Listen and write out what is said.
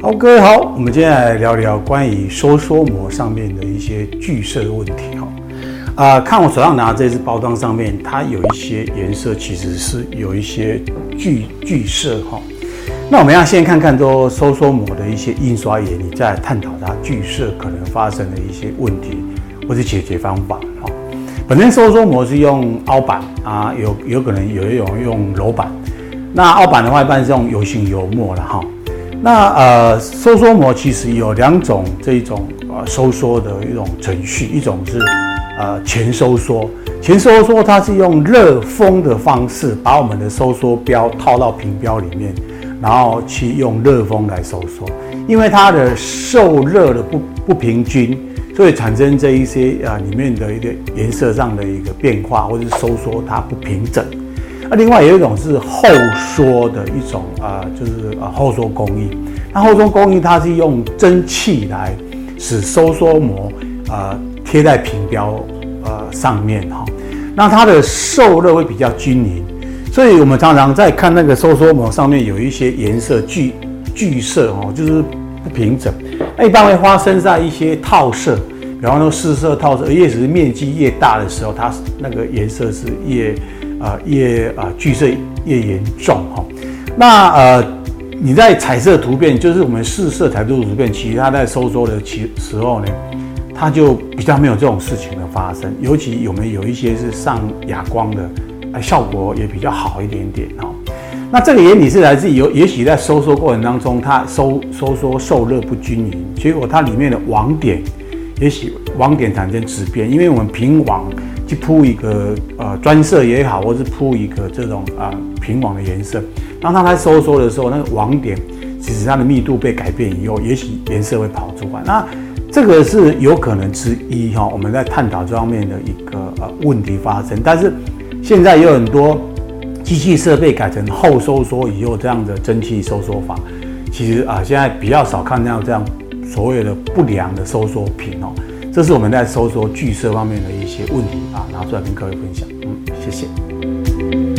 好，各位好，我们今天来聊聊关于收缩膜上面的一些聚色问题看我手上拿的这支包装上面，它有一些颜色其实是有一些聚色那我们要先看看收缩膜的一些印刷原理，再来探讨它聚色可能发生的一些问题或是解决方法本身收缩膜是用凹板有可能有一种用柔板，那凹板的话一般是用油性油墨啦那收缩膜其实有两种这种收缩的一种程序，一种是前收缩，前收缩它是用热封的方式把我们的收缩标套到平标里面，然后去用热风来收缩，因为它的受热的不平均，所以产生这一些里面的一个颜色上的一个变化或者是收缩它不平整。另外有一种是后缩的一种就是后缩工艺。那后缩工艺它是用蒸汽来使收缩膜贴在平标上面那它的受热会比较均匀，所以我们常常在看那个收缩膜上面有一些颜色聚色就是不平整，那一般会发生在一些套色，比方说四色套色，叶子面积越大的时候，它那个颜色是越聚色越严重那你在彩色图片，就是我们四色彩色图片，其实它在收缩的时候呢，它就比较没有这种事情的发生，尤其我们有一些是上哑光的，效果也比较好一点点那这个原理是来自于也许在收缩过程当中，它收缩受热不均匀，结果它里面的网点，也许网点产生质变，因为我们平网去铺一个专色也好，或是铺一个这种平网的颜色，当它在收缩的时候，那个网点其实它的密度被改变以后，也许颜色会跑出来。那这个是有可能之一我们在探讨这方面的一个问题发生。但是现在有很多机器设备改成后收缩以后这样的蒸汽收缩法，其实现在比较少看到这样所谓的不良的收缩品这是我们在收缩聚色方面的一些问题拿出来跟各位分享。谢谢。